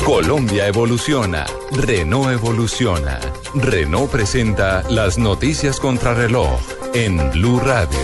Colombia evoluciona, Renault evoluciona. Renault presenta las noticias contrarreloj en Blue Radio.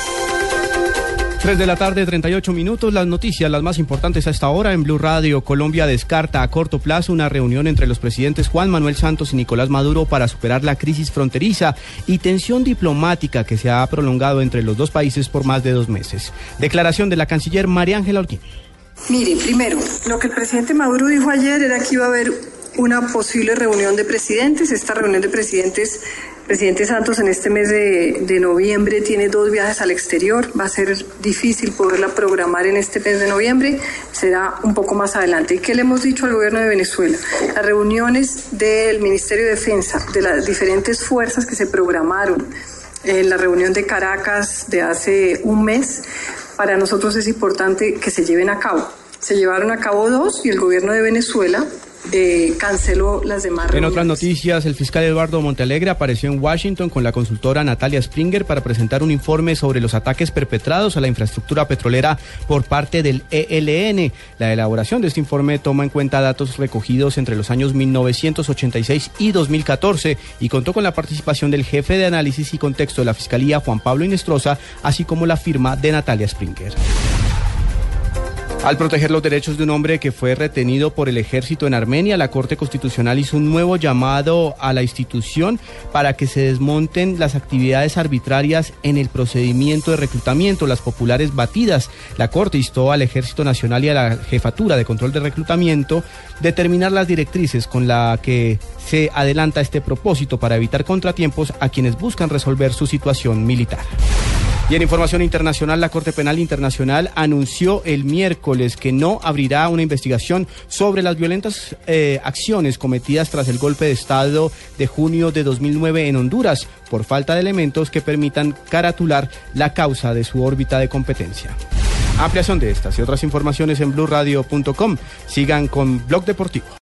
3 de la tarde, 38 minutos, las noticias, las más importantes a esta hora en Blue Radio. Colombia descarta a corto plazo una reunión entre los presidentes Juan Manuel Santos y Nicolás Maduro para superar la crisis fronteriza y tensión diplomática que se ha prolongado entre los dos países por más de 2 meses. Declaración de la canciller María Ángela Holguín. Mire, primero, lo que el presidente Maduro dijo ayer era que iba a haber una posible reunión de presidentes. Esta reunión de presidente Santos en este mes de noviembre tiene 2 viajes al exterior. Va a ser difícil poderla programar en este mes de noviembre, será un poco más adelante. ¿Y qué le hemos dicho al gobierno de Venezuela? Las reuniones del Ministerio de Defensa, de las diferentes fuerzas que se programaron en la reunión de Caracas de hace un mes, para nosotros es importante que se lleven a cabo. Se llevaron a cabo 2 y el gobierno de Venezuela canceló las demás reuniones. En otras noticias, el fiscal Eduardo Montealegre apareció en Washington con la consultora Natalia Springer para presentar un informe sobre los ataques perpetrados a la infraestructura petrolera por parte del ELN. La elaboración de este informe toma en cuenta datos recogidos entre los años 1986 y 2014 y contó con la participación del jefe de análisis y contexto de la Fiscalía, Juan Pablo Inestrosa, así como la firma de Natalia Springer. Al proteger los derechos de un hombre que fue retenido por el ejército en Armenia, la Corte Constitucional hizo un nuevo llamado a la institución para que se desmonten las actividades arbitrarias en el procedimiento de reclutamiento, las populares batidas. La Corte instó al Ejército Nacional y a la Jefatura de Control de Reclutamiento determinar las directrices con la que se adelanta este propósito para evitar contratiempos a quienes buscan resolver su situación militar. Y en información internacional, la Corte Penal Internacional anunció el miércoles que no abrirá una investigación sobre las violentas acciones cometidas tras el golpe de Estado de junio de 2009 en Honduras, por falta de elementos que permitan caratular la causa de su órbita de competencia. Ampliación de estas y otras informaciones en bluradio.com. Sigan con Blog Deportivo.